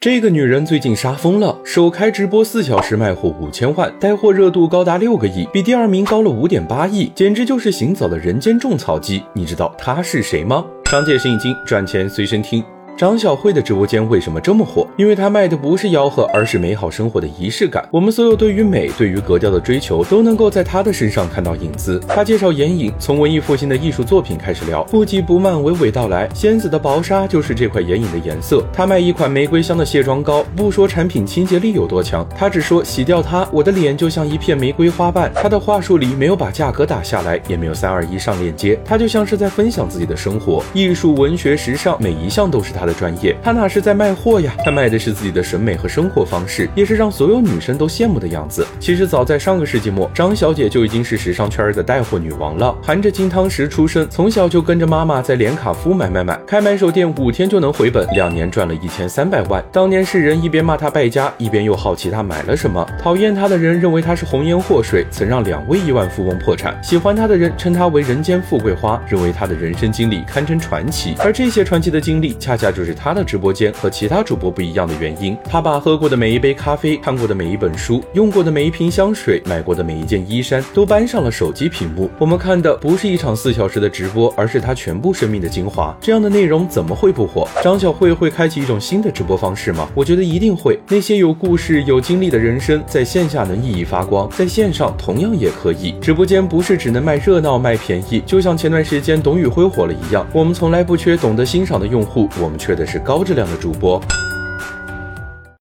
这个女人最近杀疯了，首开直播4小时卖货5000万，带货热度高达6个亿，比第2名高了5.8亿，简直就是行走的人间种草机。你知道她是谁吗？商界生意经，赚钱随身听。张小慧的直播间为什么这么火？因为她卖的不是吆喝，而是美好生活的仪式感。我们所有对于美、对于格调的追求，都能够在她的身上看到影子。她介绍眼影，从文艺复兴的艺术作品开始聊，不急不慢，娓娓道来。仙子的薄纱就是这块眼影的颜色。她卖一款玫瑰香的卸妆膏，不说产品清洁力有多强，她只说洗掉它，我的脸就像一片玫瑰花瓣。她的话术里没有把价格打下来，也没有321上链接，她就像是在分享自己的生活。艺术、文学、时尚，每一项都是她的专业，她哪是在卖货呀？她卖的是自己的审美和生活方式，也是让所有女生都羡慕的样子。其实早在上个世纪末，张小姐就已经是时尚圈的带货女王了。含着金汤匙出生，从小就跟着妈妈在连卡夫买，开买手店5天就能回本，2年赚了1300万。当年世人一边骂她败家，一边又好奇她买了什么。讨厌她的人认为她是红颜祸水，曾让2位亿万富翁破产；喜欢她的人称她为人间富贵花，认为她的人生经历堪称传奇。而这些传奇的经历，恰恰就是她的直播间和其他主播不一样的原因。她把喝过的每一杯咖啡、看过的每一本书、用过的每一瓶香水、买过的每一件衣衫都搬上了手机屏幕。我们看的不是一场4小时的直播，而是她全部生命的精华。这样的内容怎么会不火？张小慧会开启一种新的直播方式吗？我觉得一定会。那些有故事、有经历的人生，在线下能熠熠发光，在线上同样也可以。直播间不是只能卖热闹、卖便宜，就像前段时间董宇辉火了一样。我们从来不缺懂得欣赏的用户，我们缺的是高质量的主播。